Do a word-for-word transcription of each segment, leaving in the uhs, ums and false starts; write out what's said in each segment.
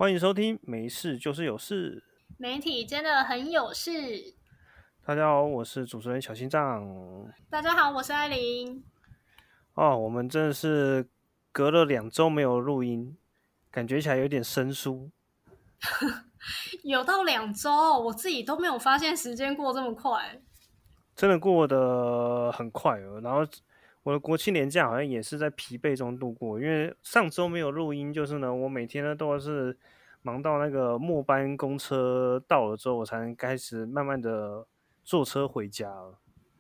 欢迎收听，没事就是有事。 媒体真的很有事。 大家好，我是主持人小心脏。 大家好，我是艾琳。 哦，我们真的是隔了两周没有录音，感觉起来有点生疏。 有到两周，我自己都没有发现时间过这么快。 真的过得很快哦。然后我的国庆连假好像也是在疲惫中度过，因为上周没有录音，就是呢，我每天呢都是忙到那个末班公车到了之后，我才能开始慢慢的坐车回家了。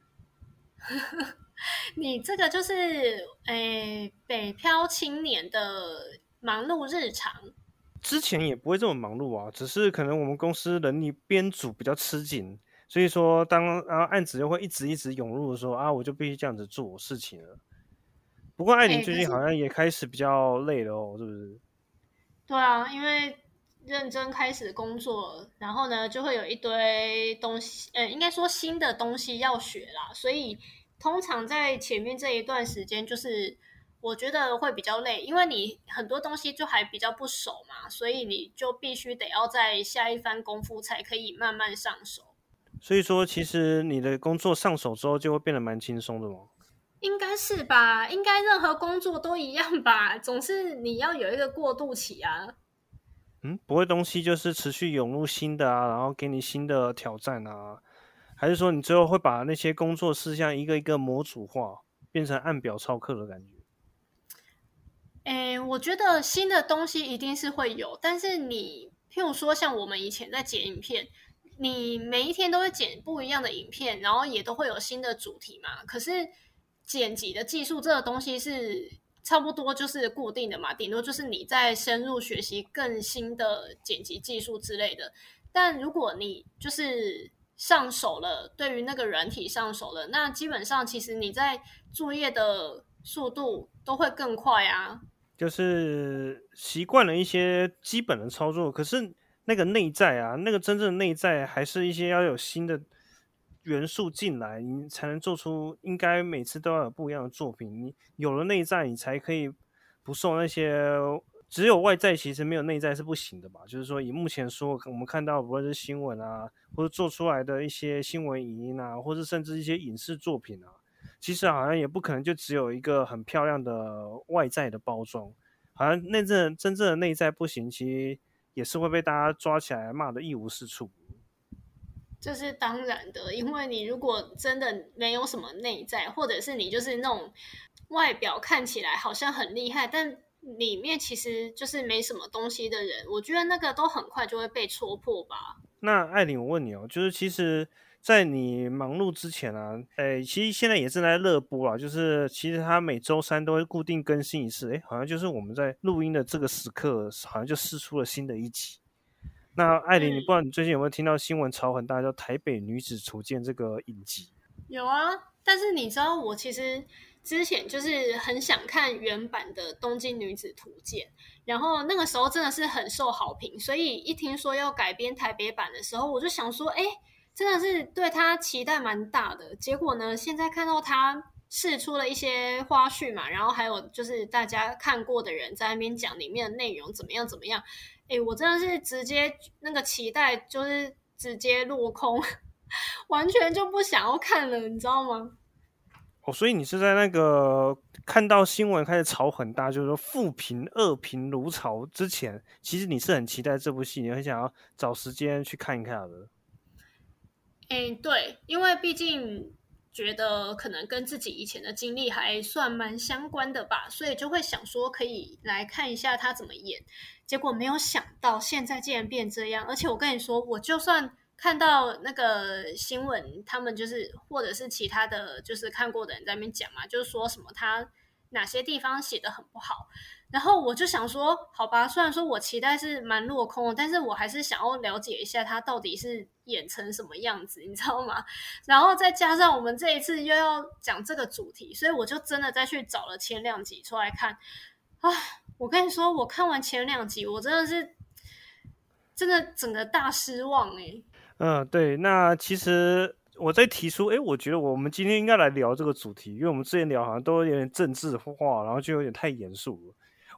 你这个就是诶北漂青年的忙碌日常。 之前也不会这么忙碌啊，只是可能我们公司人力编组比较吃紧，所以说当然后案子又会一直一直涌入的时候啊，我就必须这样子做事情了。不过艾琳诶可是最近好像也开始比较累了哦，是不是？ 对啊，因为认真开始工作，然后呢就会有一堆东西，呃，应该说新的东西要学啦，所以通常在前面这一段时间，就是我觉得会比较累，因为你很多东西就还比较不熟嘛，所以你就必须得要在下一番功夫才可以慢慢上手。 所以说其实你的工作上手之后就会变得蛮轻松的嘛。 应该是吧？应该任何工作都一样吧？总是你要有一个过渡期啊。 嗯，不会东西就是持续涌入新的啊，然后给你新的挑战啊，还是说你最后会把那些工作事项一个一个模组化，变成按表操课的感觉？ 诶，我觉得新的东西一定是会有，但是你譬如说像我们以前在剪影片，你每一天都会剪不一样的影片，然后也都会有新的主题嘛。可是剪辑的技术这个东西是差不多就是固定的嘛，顶多就是你在深入学习更新的剪辑技术之类的。但如果你就是上手了，对于那个软体上手了，那基本上其实你在作业的速度都会更快啊。 就是习惯了一些基本的操作，可是那个内在啊，那个真正的内在，还是一些要有新的元素进来，你才能做出应该每次都要有不一样的作品。你有了内在，你才可以不受那些只有外在，其实没有内在是不行的吧？就是说，以目前说我们看到不论是新闻啊，或者做出来的一些新闻影音啊，或者甚至一些影视作品啊。其实好像也不可能就只有一个很漂亮的外在的包装，好像内正真正的内在不行，其实也是会被大家抓起来骂的一无是处。 这是当然的，因为你如果真的没有什么内在，或者是你就是那种外表看起来好像很厉害，但里面其实就是没什么东西的人，我觉得那个都很快就会被戳破吧。 那艾琳，我问你哦，就是其实，在你忙碌之前啊，诶，其实现在也正在热播啊，就是其实它每周三都会固定更新一次，诶，好像就是我们在录音的这个时刻，好像就释出了新的一集。那艾琳，你不知道嗯， 你最近有没有听到新闻炒很大，叫《台北女子图鉴》这个影集？ 有啊，但是你知道我其实之前就是很想看原版的《东京女子图鉴》，然后那个时候真的是很受好评，所以一听说要改编台北版的时候，我就想说，哎，真的是对他期待蛮大的。结果呢，现在看到他试出了一些花絮嘛，然后还有就是大家看过的人在那边讲里面的内容怎么样怎么样，哎，我真的是直接那个期待就是直接落空。完全就不想要看了，你知道吗？ 哦，所以你是在那个看到新闻开始炒很大，就是说负评、恶评如潮之前，其实你是很期待这部戏，你很想要找时间去看一看的。 哎，对，因为毕竟觉得可能跟自己以前的经历还算蛮相关的吧，所以就会想说可以来看一下他怎么演。结果没有想到现在竟然变这样，而且我跟你说，我就算看到那个新闻，他们就是或者是其他的就是看过的人在那边讲嘛，就是说什么他哪些地方写的很不好，然后我就想说，好吧，虽然说我期待是蛮落空的，但是我还是想要了解一下他到底是演成什么样子，你知道吗？然后再加上我们这一次又要讲这个主题，所以我就真的再去找了前两集出来看。啊，我跟你说，我看完前两集，我真的是真的整个大失望哎、欸。 嗯，对。那其实我在提出，哎，我觉得我们今天应该来聊这个主题，因为我们之前聊好像都有点政治化，然后就有点太严肃了。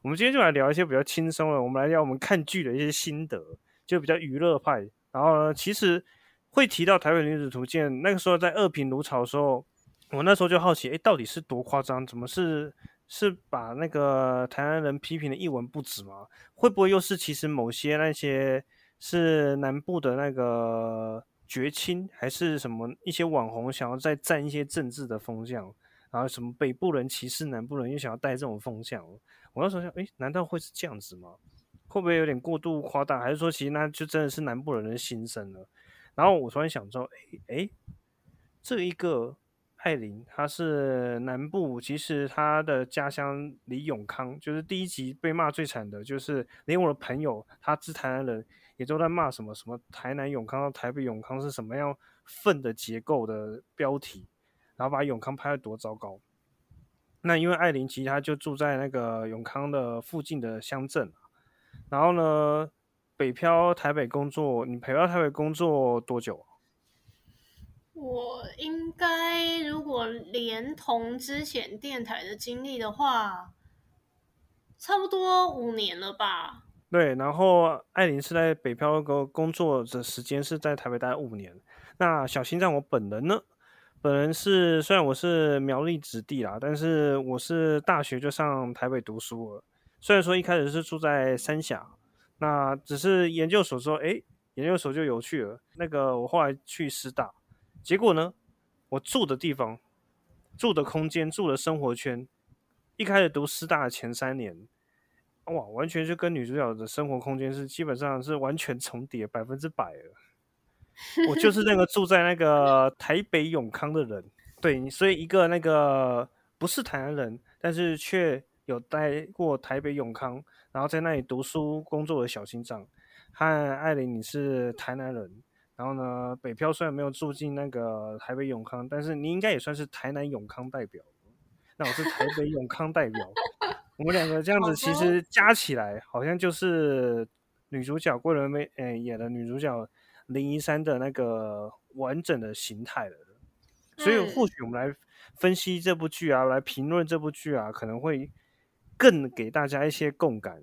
我们今天就来聊一些比较轻松的，我们来聊我们看剧的一些心得，就比较娱乐派。然后呢，其实会提到台北女子图鉴，那个时候在二评如潮的时候，我那时候就好奇，哎，到底是多夸张？怎么是是把那个台湾人批评的一文不值吗？会不会又是其实某些那些是南部的那个绝亲，还是什么一些网红想要再占一些政治的风向？然后什么北部人歧视南部人，又想要带这种风向？我那时候想，哎，难道会是这样子吗？会不会有点过度夸大？还是说，其实那就真的是南部人的心声了？然后我突然想说，哎哎，这一个艾琳，她是南部，其实她的家乡离永康，就是第一集被骂最惨的，就是连我的朋友，他是台南人，也都在骂什么什么台南永康到台北永康是什么样粪的结构的标题，然后把永康拍得多糟糕。那因为艾琳其实她就住在那个永康的附近的乡镇，然后呢，北漂台北工作，你北漂台北工作多久啊？ 我应该如果连同之前电台的经历的话，差不多五年了吧。 对，然后艾琳是在北漂工工作的时间是在台北待五年。那小心脏我本人呢？本人是虽然我是苗栗子弟啦，但是我是大学就上台北读书了。虽然说一开始是住在三峡，那只是研究所说，诶，研究所就有趣了。那个我后来去师大，结果呢，我住的地方、住的空间、住的生活圈，一开始读师大的前三年。哇，完全就跟女主角的生活空间是基本上是完全重叠，百分之百了。我就是那个住在那个台北永康的人，对，所以一个那个不是台南人，但是却有待过台北永康，然后在那里读书工作的小心脏，和艾琳你是台南人，然后呢，北漂虽然没有住进那个台北永康，但是你应该也算是台南永康代表，那我是台北永康代表。我们两个这样子其实加起来，好像就是女主角桂纶镁诶演的女主角林一山的那个完整的形态了。所以或许我们来分析这部剧啊，来评论这部剧啊，可能会更给大家一些共感。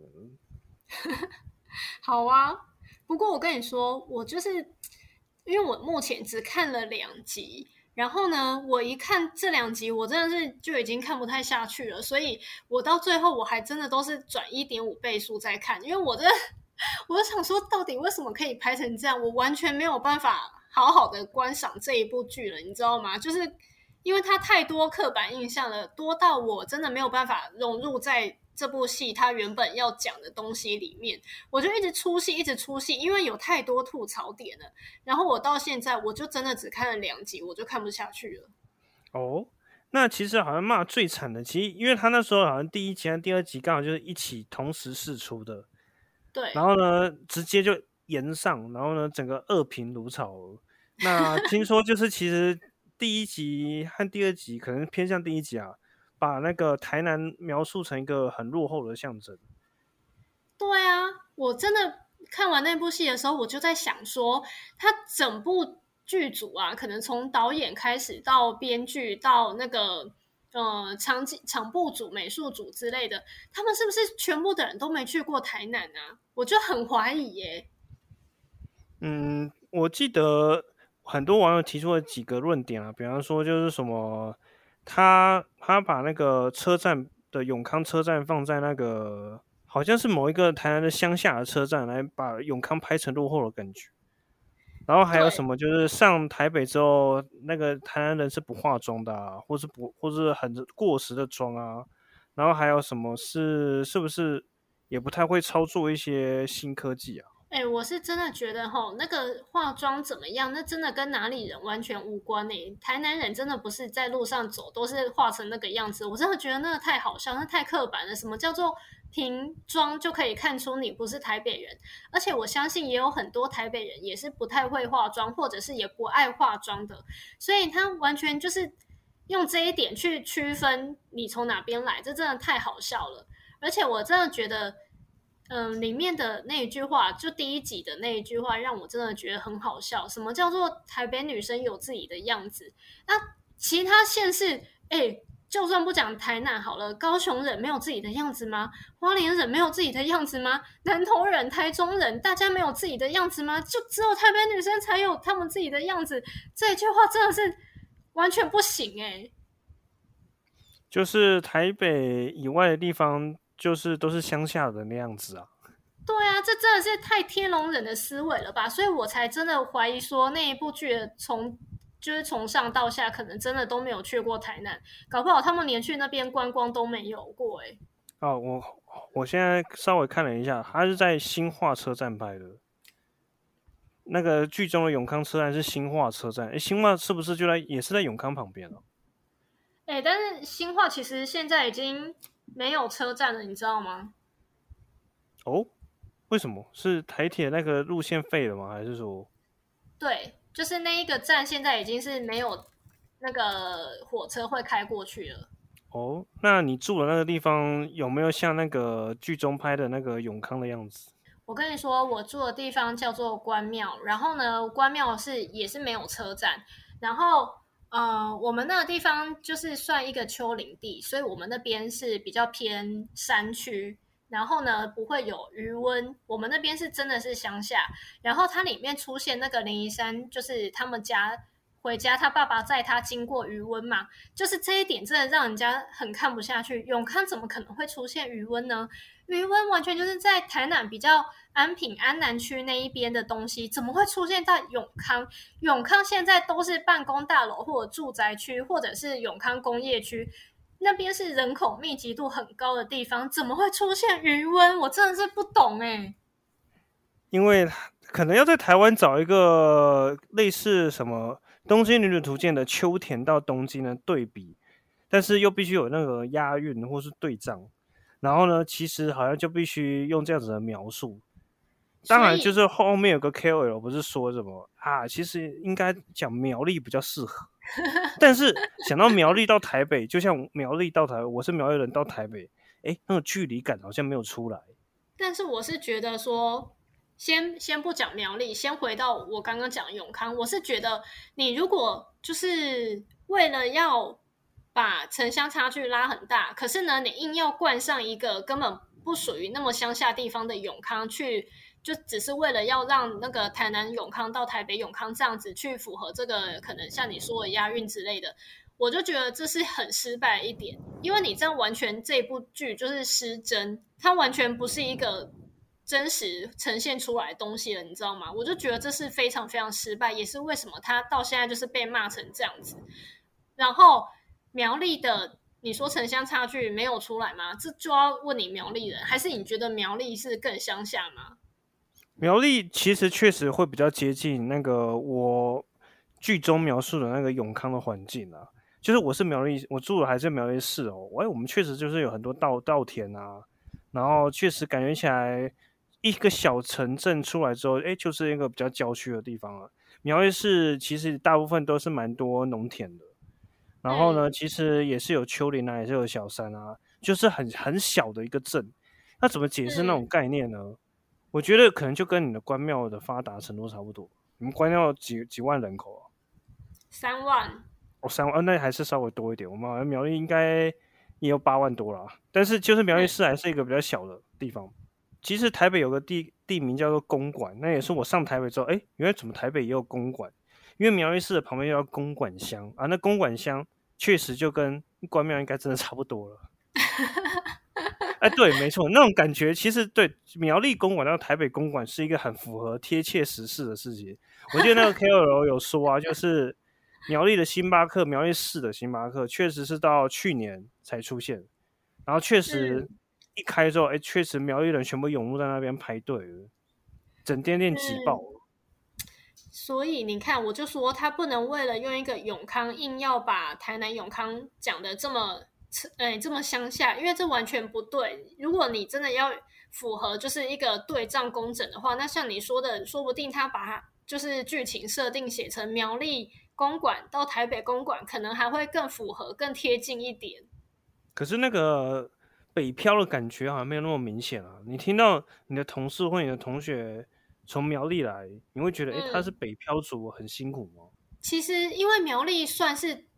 好啊，不过我跟你说，我就是因为我目前只看了两集，然后呢，我一看这两集，我真的是就已经看不太下去了，所以我到最后我还真的都是转一点五倍速在看，因为我真的，我就想说，到底为什么可以拍成这样？我完全没有办法好好的观赏这一部剧了，你知道吗？就是因为它太多刻板印象了，多到我真的没有办法融入在这部戏它原本要讲的东西里面，我就一直出戏，一直出戏，因为有太多吐槽点了。然后我到现在，我就真的只看了两集，我就看不下去了。 哦，那其实好像骂最惨的，其实因为他那时候好像第一集和第二集刚好就是一起同时释出的， 对， 然后呢，直接就延上，然后呢，整个恶评如潮。那听说就是其实第一集和第二集可能偏向第一集啊，把那个台南描述成一个很落后的象征。 对啊，我真的看完那部戏的时候，我就在想说，他整部剧组啊，可能从导演开始到编剧到那个呃场景场布组、美术组之类的，他们是不是全部的人都没去过台南啊？我就很怀疑耶。 嗯，我记得很多网友提出了几个论点啊，比方说就是什么，他他把那个车站的永康车站放在那个好像是某一个台南的乡下的车站，来把永康拍成落后的感觉。然后还有什么就是上台北之后，那个台南人是不化妆的啊，或是不或是很过时的妆啊。然后还有什么是是不是也不太会操作一些新科技啊？ 哎、欸，我是真的觉得吼，那个化妆怎么样，那真的跟哪里人完全无关诶、欸。台南人真的不是在路上走都是化成那个样子，我真的觉得那个太好笑，那太刻板了。什么叫做凭妆就可以看出你不是台北人？而且我相信也有很多台北人也是不太会化妆，或者是也不爱化妆的，所以他完全就是用这一点去区分你从哪边来，这真的太好笑了。而且我真的觉得。嗯，里面的那一句话，就第一集的那一句话，让我真的觉得很好笑。什么叫做台北女生有自己的样子？那其他县市，哎， 就算不讲台南好了，高雄人没有自己的样子吗？花莲人没有自己的样子吗？南投人、台中人，大家没有自己的样子吗？就只有台北女生才有他们自己的样子？这句话真的是完全不行哎、欸！ 就是台北以外的地方，就是都是乡下的那样子啊。 对啊，这真的是太天龙人的思维了吧？所以我才真的怀疑说那一部剧从就是从上到下，可能真的都没有去过台南，搞不好他们连去那边观光都没有过哎、欸。 哦，我我现在稍微看了一下，它是在新化车站拍的。那个剧中的永康车站是新化车站，诶，新化是不是就在也是在永康旁边哦？ 哎、欸，但是新化其实现在已经没有车站了，你知道吗？ 哦，为什么？是台铁那个路线废了吗？还是说？ 对，就是那一个站现在已经是没有那个火车会开过去了。 哦，那你住的那个地方有没有像那个剧中拍的那个永康的样子？ 我跟你说，我住的地方叫做关庙，然后呢，关庙是也是没有车站，然后呃，我们那个地方就是算一个丘陵地，所以我们那边是比较偏山区，然后呢不会有余温，我们那边是真的是乡下，然后它里面出现那个灵异山，就是他们家回家，他爸爸载他经过余温嘛，就是这一点真的让人家很看不下去。永康怎么可能会出现余温呢？余温完全就是在台南比较安平安南区那一边的东西，怎么会出现在永康？永康现在都是办公大楼或者住宅区，或者是永康工业区，那边是人口密集度很高的地方，怎么会出现余温？我真的是不懂哎、欸。 因为可能要在台湾找一个类似什么《东京女子图鉴》的秋田到东京的对比，但是又必须有那个押韵或是对仗。然后呢，其实好像就必须用这样子的描述。当然，就是后面有个 K O L 不是说什么啊，其实应该讲苗栗比较适合。但是想到苗栗到台北，就像苗栗到台北，我是苗栗人到台北，哎，那个距离感好像没有出来。 但是我是觉得说，先先不讲苗栗，先回到我刚刚讲永康，我是觉得你如果就是为了要把城乡差距拉很大，可是呢，你硬要冠上一个根本不属于那么乡下地方的永康去，就只是为了要让那个台南永康到台北永康这样子去符合这个可能像你说的押韵之类的，我就觉得这是很失败的一点，因为你这样完全这部剧就是失真，它完全不是一个真实呈现出来的东西了，你知道吗？我就觉得这是非常非常失败，也是为什么它到现在就是被骂成这样子。然后苗栗的，你说城乡差距没有出来吗？这就要问你苗栗人，还是你觉得苗栗是更乡下吗？ 苗栗其实确实会比较接近那个我剧中描述的那个永康的环境啊，就是我是苗栗，我住的还是苗栗市哦。哎，我们确实就是有很多稻稻田啊，然后确实感觉起来一个小城镇出来之后，哎，就是一个比较郊区的地方了。苗栗市其实大部分都是蛮多农田的。然后呢，其实也是有丘陵啊，也是有小山啊，就是很很小的一个镇。那怎么解释那种概念呢？嗯、我觉得可能就跟你的关庙的发达程度差不多。你们关庙几几万人口啊？ 三万。 哦，三万、啊，那还是稍微多一点。我们好像苗栗应该也有八万多啦，但是就是苗栗市还是一个比较小的地方。嗯、其实台北有个地地名叫做公馆，那也是我上台北之后，哎，原来怎么台北也有公馆？因为苗栗市的旁边叫公馆乡啊，那公馆乡确实就跟关庙应该真的差不多了。哎，对，没错，那种感觉其实对苗栗公馆到台北公馆是一个很符合贴切时事的事情。我记得那个 K O L 有说啊，就是苗栗的星巴克，苗栗市的星巴克确实是到去年才出现，然后确实一开之后，哎、嗯，确实苗栗人全部涌入在那边排队了，整间店挤爆了。 嗯所以你看，我就说他不能为了用一个永康，硬要把台南永康讲的这么，呃，这么乡下，因为这完全不对。如果你真的要符合就是一个对仗工整的话，那像你说的，说不定他把它就是剧情设定写成苗栗公馆到台北公馆，可能还会更符合、更贴近一点。 可是那个北漂的感觉好像没有那么明显啊！你听到你的同事或你的同学从苗栗来，你会觉得，哎、嗯，他是北漂族，很辛苦吗？ 其实，因为苗栗算是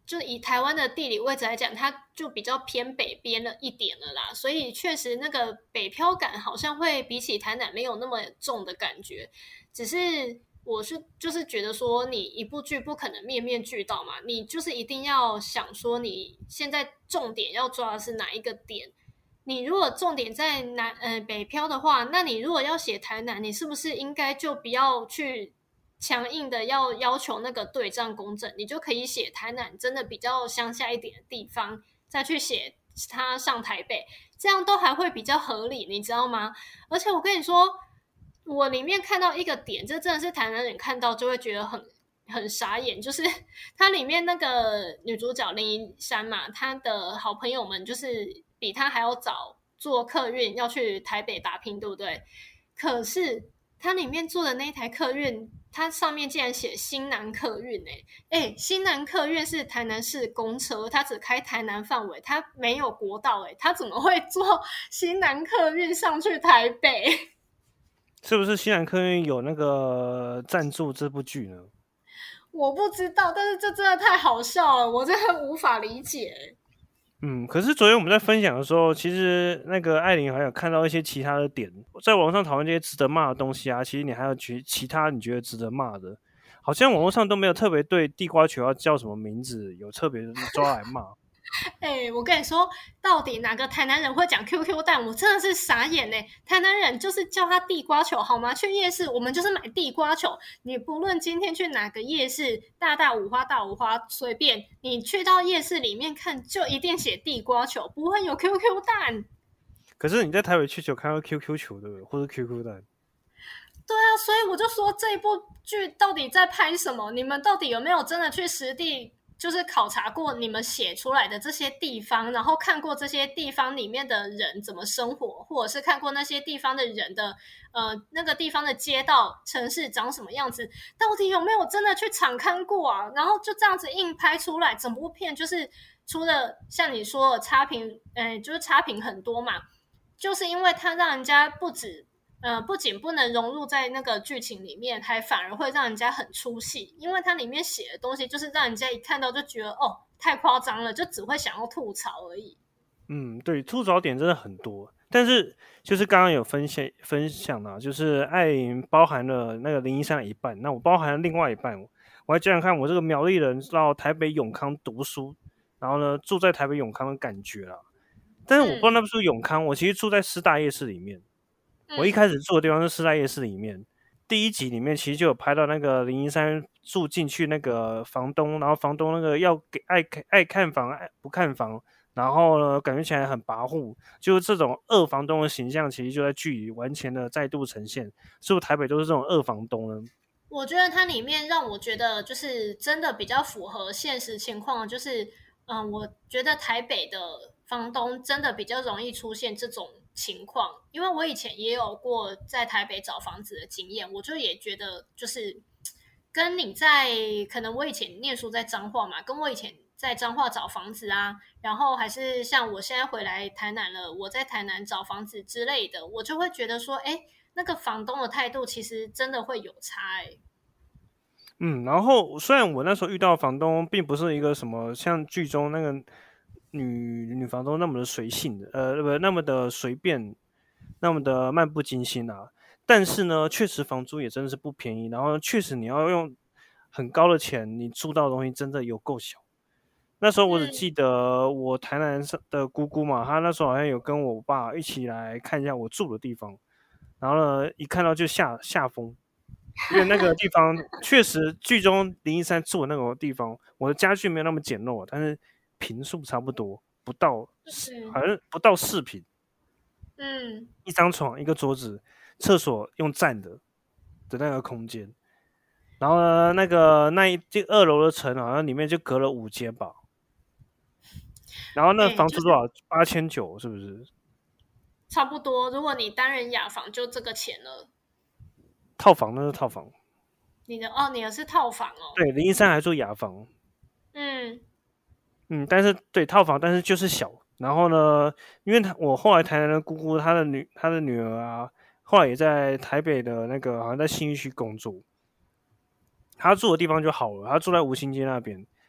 就以台湾的地理位置来讲，它就比较偏北边了一点了啦，所以确实那个北漂感好像会比起台南没有那么重的感觉。只是我是就是觉得说，你一部剧不可能面面俱到嘛，你就是一定要想说，你现在重点要抓的是哪一个点。你如果重点在南呃北漂的话，那你如果要写台南，你是不是应该就不要去强硬的要要求那个对仗公正，你就可以写台南真的比较乡下一点的地方，再去写他上台北，这样都还会比较合理，你知道吗？而且我跟你说，我里面看到一个点，这真的是台南人看到就会觉得很很傻眼，就是它里面那个女主角林一山嘛，她的好朋友们就是比她还要早坐客运要去台北打拼，对不对？可是它里面坐的那一台客运，它上面竟然写新南客运诶、欸、诶、欸、新南客运是台南市公车，它只开台南范围，它没有国道诶、欸、它怎么会坐新南客运上去台北？ 是不是新南客运有那个赞助这部剧呢？ 我不知道，但是这真的太好笑了，我真的无法理解。 嗯，可是昨天我们在分享的时候，其实那个艾琳还有看到一些其他的点，在网上讨论这些值得骂的东西啊，其实你还有其其他你觉得值得骂的，好像网络上都没有特别对地瓜球要叫什么名字有特别抓来骂。 哎、欸，我跟你说，到底哪个台南人会讲 Q Q 蛋？我真的是傻眼哎、欸！台南人就是叫他地瓜球好吗？去夜市我们就是买地瓜球，你不论今天去哪个夜市，大大五花大五花随便，你去到夜市里面看，就一定写地瓜球，不会有 Q Q 蛋。 可是你在台北去球看到 Q Q 球对不对？或者 Q Q 蛋？ 对啊，所以我就说这一部剧到底在拍什么？你们到底有没有真的去实地？就是考察过你们写出来的这些地方，然后看过这些地方里面的人怎么生活，或者是看过那些地方的人的呃那个地方的街道城市长什么样子，到底有没有真的去场勘过啊？然后就这样子硬拍出来，整部片就是除了像你说的差评，呃，就是差评很多嘛，就是因为它让人家不止。呃，不仅不能融入在那个剧情里面，还反而会让人家很出戏，因为它里面写的东西就是让人家一看到就觉得哦，太夸张了，就只会想要吐槽而已。 嗯，对，吐槽点真的很多，但是就是刚刚有分享分享啊，就是艾琳包含了那个林一山的一半，那我包含了另外一半，我还讲讲看我这个苗栗人到台北永康读书，然后呢住在台北永康的感觉啦。但是我不知道那不是永康，我其实住在师大夜市里面。我一开始住的地方是师大夜市里面，嗯、第一集里面其实就有拍到那个林一山住进去那个房东，然后房东那个要给爱爱看房爱不看房，然后呢感觉起来很跋扈，就是这种二房东的形象，其实就在剧里完全的再度呈现。是不是台北都是这种二房东呢？ 我觉得它里面让我觉得就是真的比较符合现实情况，就是嗯，我觉得台北的房东真的比较容易出现这种情况，因为我以前也有过在台北找房子的经验，我就也觉得就是跟你在可能我以前念书在彰化嘛，跟我以前在彰化找房子啊，然后还是像我现在回来台南了，我在台南找房子之类的，我就会觉得说，哎，那个房东的态度其实真的会有差哎。 嗯，然后虽然我那时候遇到的房东并不是一个什么像剧中那个女女房东那么的随性的，呃，不那么的随便，那么的漫不经心啊。但是呢，确实房租也真的是不便宜，然后确实你要用很高的钱，你租到的东西真的有够小。那时候我只记得我台南的姑姑嘛，她那时候好像有跟我爸一起来看一下我住的地方，然后呢，一看到就吓吓疯。因为那个地方确实剧中林一山住的那个地方，我的家具没有那么简陋，但是坪数差不多，不到，好像不到四坪。 嗯， 一张床，一个桌子，厕所用站的的那个空间。然后呢，那个那一这二楼的层好像里面就隔了五间吧。然后那房租多少？八千九，是不是？ 差不多。如果你单人雅房，就这个钱了。 套房那是套房， 你的哦，你的是套房哦。 对，林一山还住雅房。 嗯嗯，但是对套房，但是就是小。然后呢，因为他我后来台南的姑姑，她的女她的女儿啊，后来也在台北的那个好像在信义区工作。她住的地方就好了，她住在吴兴街那边。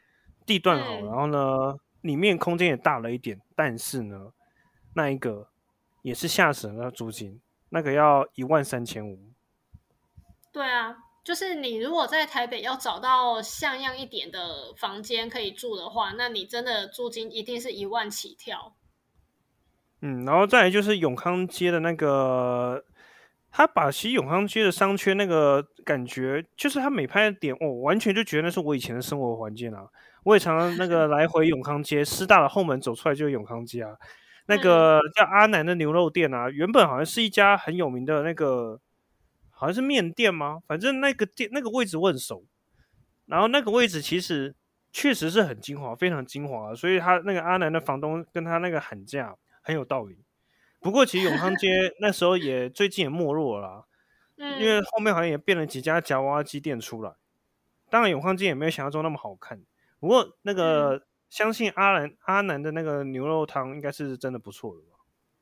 地段好， 嗯然后呢里面空间也大了一点，但是呢那一个也是吓死人的租金，那个要一万三千五。 对啊，就是你如果在台北要找到像样一点的房间可以住的话，那你真的租金一定是一万起跳。 嗯，然后再来就是永康街的那个，他把其实永康街的商圈那个感觉，就是他每拍的点，哦，完全就觉得那是我以前的生活环境啊。我也常常那个来回永康街，师大的后门走出来就是永康街啊。那嗯个叫阿南的牛肉店啊，原本好像是一家很有名的那个，好像是面店吗？反正那个店那个位置我很熟，然后那个位置其实确实是很精华，非常精华，所以他那个阿南的房东跟他那个喊价很有道理。不过其实永康街那时候也最近也没落了啦，因为嗯。 后面好像也变了几家夹娃娃机店出来。当然永康街也没有想象中那么好看，不过那嗯， 个相信阿南阿南的那个牛肉汤应该是真的不错的吧。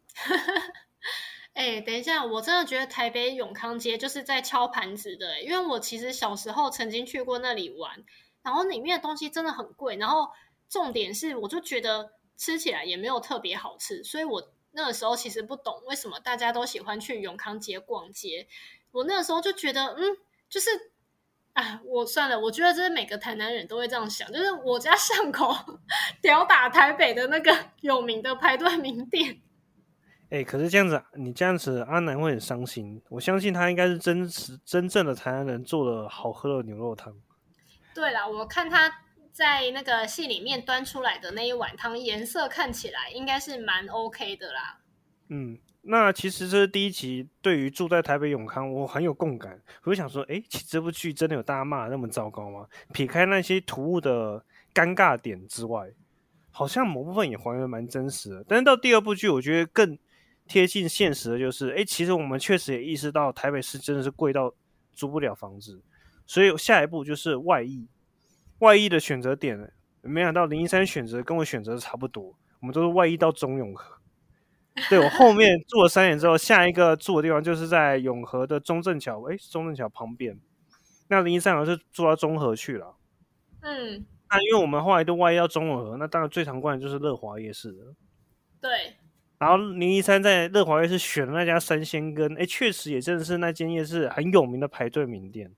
哎、等一下，我真的觉得台北永康街就是在敲盘子的、欸，因为我其实小时候曾经去过那里玩，然后里面的东西真的很贵，然后重点是我就觉得吃起来也没有特别好吃，所以我那个时候其实不懂为什么大家都喜欢去永康街逛街。我那个时候就觉得，嗯，就是啊，我算了，我觉得这是每个台南人都会这样想，就是我家巷口吊打台北的那个有名的排队名店。 哎、可是这样子，你这样子，阿南会很伤心。我相信他应该是真实真正的台南人做了好喝的牛肉汤。 对啦，我看他在那个戏里面端出来的那一碗汤，颜色看起来应该是蛮 OK 的啦。 嗯，那其实这是第一集，对于住在台北永康，我很有共感。我就想说，哎，其实这部剧真的有大家骂的那么糟糕吗？撇开那些突兀的尴尬点之外，好像某部分也还原蛮真实的。但是到第二部剧，我觉得更贴近现实的就是，哎，其实我们确实也意识到台北市真的是贵到租不了房子，所以下一步就是外溢。外溢的选择点，没想到零一三选择跟我选择的差不多，我们都是外溢到中永和。对，我后面住了三年之后，下一个住的地方就是在永和的中正桥，诶，中正桥旁边。那零一三好像是住到中和去了。 嗯， 那因为我们后来都外移到中和，那当然最常逛的就是乐华夜市了。 对， 然后零一三在乐华夜市选的那家三鲜羹，诶，确实也真的是那间夜市很有名的排队名店。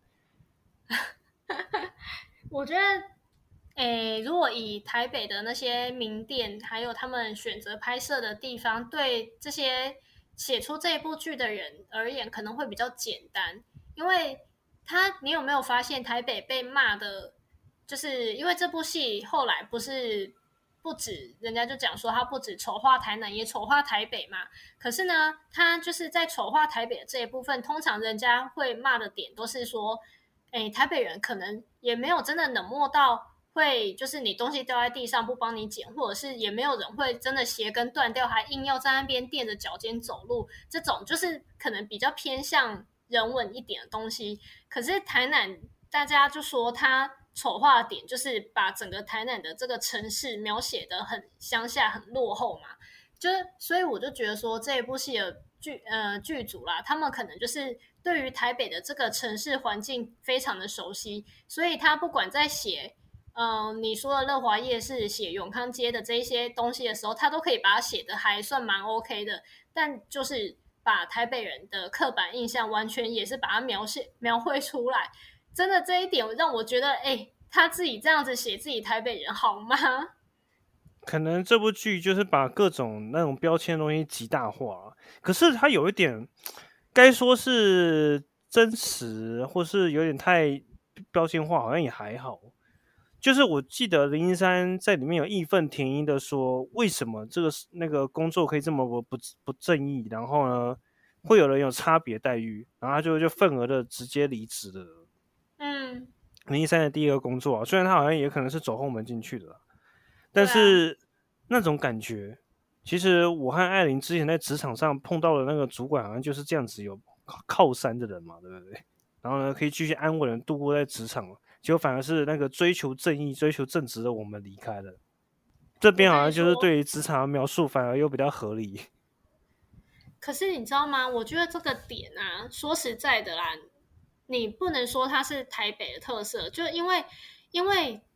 我觉得，诶，如果以台北的那些名店，还有他们选择拍摄的地方，对这些写出这一部剧的人而言，可能会比较简单，因为他，你有没有发现台北被骂的，就是因为这部戏后来不是不止人家就讲说他不止丑化台南，也丑化台北嘛。可是呢，他就是在丑化台北的这一部分，通常人家会骂的点都是说，哎，台北人可能也没有真的冷漠到会，就是你东西掉在地上不帮你捡，或者是也没有人会真的鞋跟断掉，还硬要在那边垫着脚尖走路，这种就是可能比较偏向人文一点的东西。可是台南大家就说他丑化的点就是把整个台南的这个城市描写的很乡下、很落后嘛，就是所以我就觉得说这一部戏的剧呃剧组啦，他们可能就是对于台北的这个城市环境非常的熟悉，所以他不管在写嗯、呃、你说的乐华夜市、写永康街的这一些东西的时候，他都可以把它写的还算蛮 OK 的，但就是把台北人的刻板印象完全也是把它描写描绘出来。真的这一点让我觉得，哎、欸，他自己这样子写自己台北人好吗？ 可能这部剧就是把各种那种标签的东西极大化，可是它有一点该说是真实，或是有点太标签化，好像也还好。就是我记得林一山在里面有义愤填膺的说，为什么这个那个工作可以这么不不不正义，然后呢会有人有差别待遇，然后他就就份额的直接离职了。 嗯， 林一山的第一个工作啊，虽然他好像也可能是走后门进去的啦，但啊、 是那种感觉，其实我和艾琳之前在职场上碰到的那个主管，好像就是这样子有靠山的人嘛，对不对？然后呢，可以继续安稳的度过在职场，结果反而是那个追求正义、追求正直的我们离开了。这边好像就是对于职场的描述，反而又比较合理。 可是你知道吗？我觉得这个点啊，说实在的啦，你不能说它是台北的特色，就因为因为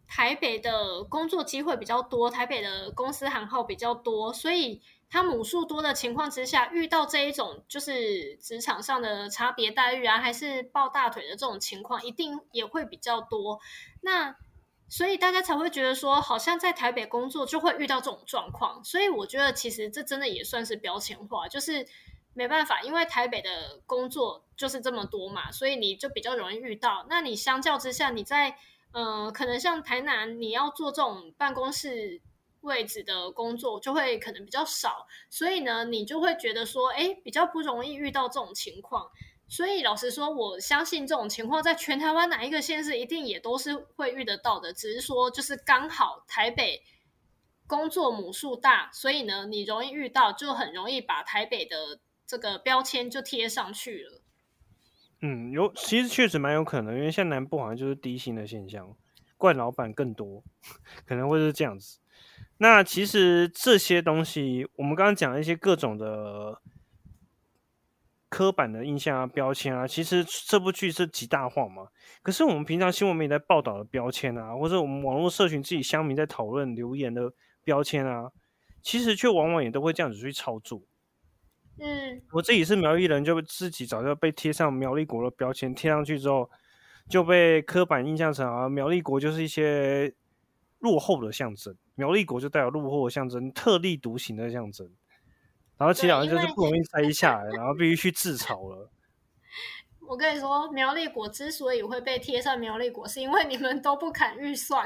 台北的工作机会比较多，台北的公司行号比较多，所以他母数多的情况之下，遇到这一种就是职场上的差别待遇啊，还是抱大腿的这种情况，一定也会比较多。那所以大家才会觉得说，好像在台北工作就会遇到这种状况。所以我觉得其实这真的也算是标签化，就是没办法，因为台北的工作就是这么多嘛，所以你就比较容易遇到。那你相较之下，你在呃，可能像台南，你要做这种办公室位置的工作，就会可能比较少，所以呢，你就会觉得说，哎，比较不容易遇到这种情况。所以老实说，我相信这种情况在全台湾哪一个县市一定也都是会遇得到的，只是说就是刚好台北工作母数大，所以呢，你容易遇到，就很容易把台北的这个标签就贴上去了。 嗯，有，其实确实蛮有可能，因为像南部好像就是低薪的现象，怪老板更多，可能会是这样子。那其实这些东西，我们刚刚讲了一些各种的刻板的印象啊、标签啊，其实这部剧是极大化嘛。可是我们平常新闻媒体在报道的标签啊，或者我们网络社群自己乡民在讨论留言的标签啊，其实却往往也都会这样子去操作。 嗯， 我自己是苗栗人，就自己早就被贴上苗栗国的标签，贴上去之后就被刻板印象成啊，苗栗国就是一些落后的象征，苗栗国就代表落后的象征，特立独行的象征。然后其实好像就是不容易摘下来，然后必须去自嘲了。 我跟你说，苗栗国之所以会被贴上苗栗国，是因为你们都不砍预算。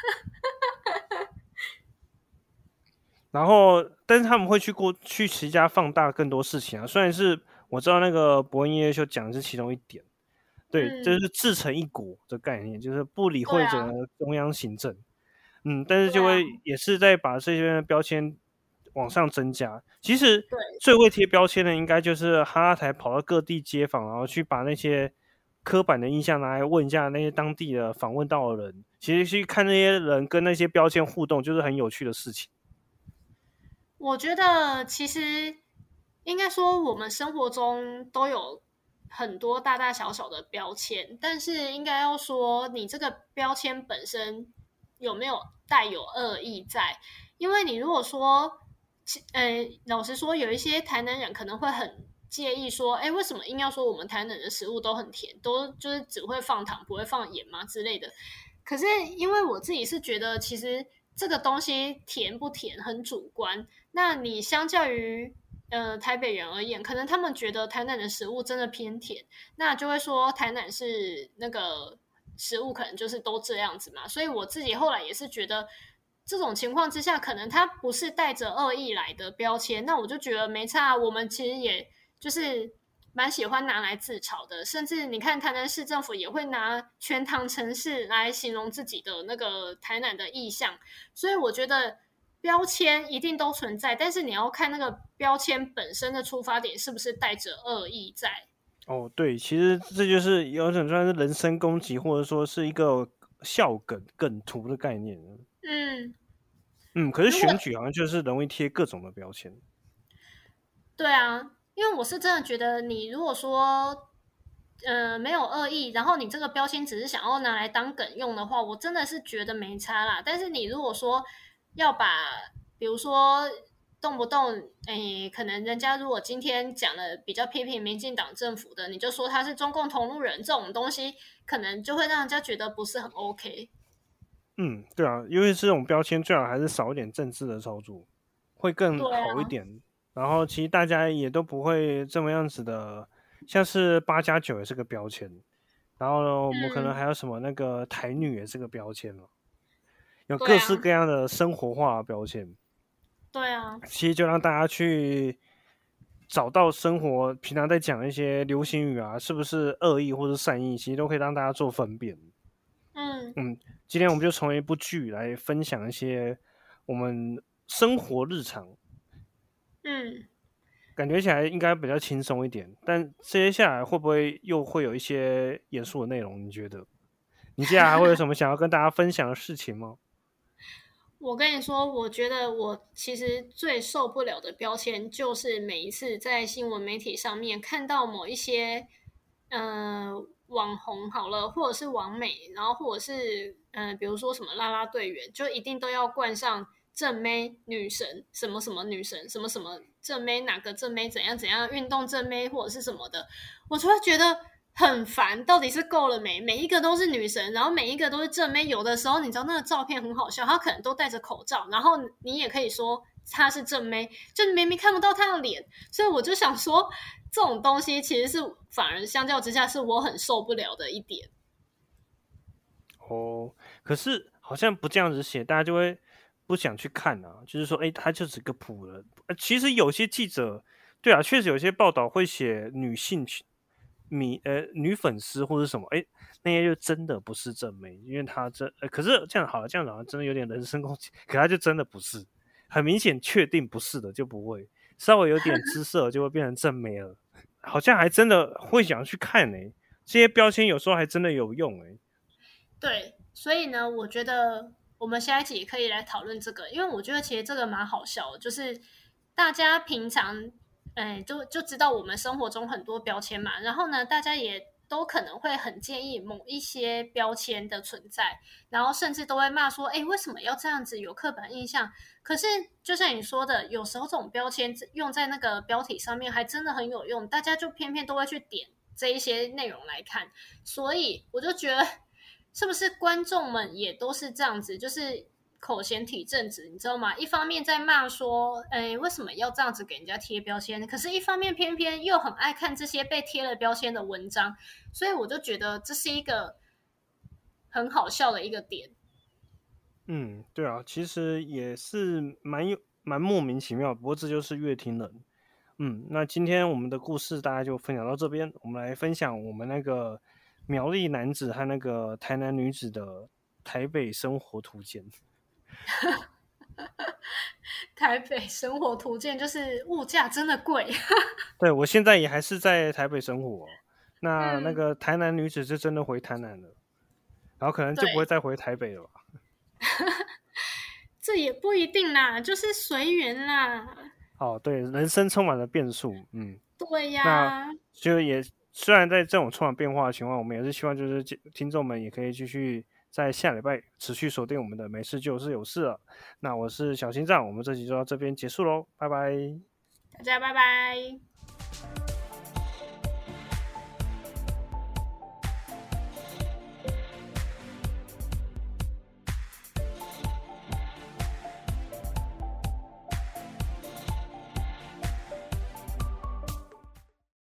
然后，但是他们会去过去其家放大更多事情啊。虽然是我知道那个伯恩夜夜秀讲的是其中一点，对， 嗯， 就是自成一国的概念，就是不理会整个中央行政。嗯，但是就对啊， 会也是在把这些标签往上增加。其实对， 最会贴标签的，应该就是哈拉台跑到各地街访，然后去把那些刻板的印象拿来问一下那些当地的访问到的人。其实去看那些人跟那些标签互动，就是很有趣的事情。 我觉得其实应该说，我们生活中都有很多大大小小的标签，但是应该要说，你这个标签本身有没有带有恶意在？因为你如果说，呃，老实说，有一些台南人可能会很介意说，哎，为什么硬要说我们台南的食物都很甜，都就是只会放糖不会放盐吗之类的？可是因为我自己是觉得，其实这个东西甜不甜很主观。那你相较于呃台北人而言，可能他们觉得台南的食物真的偏甜，那就会说台南是那个食物可能就是都这样子嘛。所以我自己后来也是觉得，这种情况之下，可能它不是带着恶意来的标签，那我就觉得没差。我们其实也就是蛮喜欢拿来自嘲的，甚至你看台南市政府也会拿全唐城市来形容自己的那个台南的意象，所以我觉得标签一定都存在，但是你要看那个标签本身的出发点是不是带着恶意在。 哦，对，其实这就是有种算是人身攻击，或者说是一个笑梗、梗图的概念。 嗯， 嗯，可是如果选举好像就是容易贴各种的标签。 对啊，因为我是真的觉得，你如果说呃没有恶意，然后你这个标签只是想要拿来当梗用的话，我真的是觉得没差啦。但是你如果说要把，比如说动不动，诶，可能人家如果今天讲了比较批评民进党政府的，你就说他是中共同路人，这种东西可能就会让人家觉得不是很 OK。 嗯，对啊，因为这种标签最好还是少一点政治的操作，会更对啊， 好一点。然后其实大家也都不会这么样子的，像是八加九也是个标签，然后呢，我们可能嗯， 还有什么那个台女也是个标签了，有对啊， 各式各样的生活化的标签。 对啊。 其实就让大家去找到生活平常在讲一些流行语啊，是不是恶意或是善意，其实都可以让大家做分辨。 嗯嗯，今天我们就从一部剧来分享一些我们生活日常， 嗯。 感觉起来应该比较轻松一点，但接下来会不会又会有一些严肃的内容？你觉得？你接下来还会有什么想要跟大家分享的事情吗？ 我跟你说，我觉得我其实最受不了的标签，就是每一次在新闻媒体上面看到某一些呃网红好了，或者是网美，然后或者是嗯、呃，比如说什么啦啦队员，就一定都要冠上正妹女神，什么什么女神，什么什么正妹，哪个正妹怎样怎样，运动正妹或者是什么的，我就会觉得很烦，到底是够了没？每一个都是女神，然后每一个都是正妹，有的时候你知道那个照片很好笑，她可能都戴着口罩，然后你也可以说她是正妹，就你明明看不到她的脸，所以我就想说，这种东西其实是反而相较之下是我很受不了的一点。 哦，可是好像不这样子写，大家就会不想去看啊。就是说，哎，他就是个普人。呃其实有些记者，对啊，确实有些报道会写女性迷呃女粉丝或者什么，哎，那些就真的不是正妹，因为她真，呃，可是这样好了，这样好像真的有点人身攻击，可她就真的不是，很明显确定不是的就不会，稍微有点姿色就会变成正妹了，好像还真的会想去看呢、欸这些标签有时候还真的有用哎、欸对，所以呢，我觉得我们下一集也可以来讨论这个，因为我觉得其实这个蛮好笑的，就是大家平常，哎，就就知道我们生活中很多标签嘛，然后呢，大家也都可能会很介意某一些标签的存在，然后甚至都会骂说，哎，为什么要这样子有刻板印象？可是就像你说的，有时候这种标签用在那个标题上面还真的很有用，大家就偏偏都会去点这一些内容来看，所以我就觉得。是不是观众们也都是这样子？就是口嫌体正直，你知道吗？一方面在骂说，哎，为什么要这样子给人家贴标签？可是，一方面偏偏又很爱看这些被贴了标签的文章，所以我就觉得这是一个很好笑的一个点。 嗯，对啊，其实也是蛮有蛮莫名其妙，不过这就是乐听人。嗯，那今天我们的故事大家就分享到这边，我们来分享我们那个苗栗男子和那个台南女子的台北生活图鉴。 台北生活图鉴就是物价真的贵。 对，我现在也还是在台北生活，那那嗯， 个台南女子是真的回台南了，然后可能就不会对， 再回台北了吧？ 这也不一定啦，就是随缘啦。 哦，对，人生充满了变数，嗯， 对那呀， 就也虽然在这种充满变化的情况，我们也是希望就是听众们也可以继续在下礼拜持续锁定我们的没事就是有事了。那我是小心脏，我们这集就到这边结束喽，拜拜。 大家拜拜。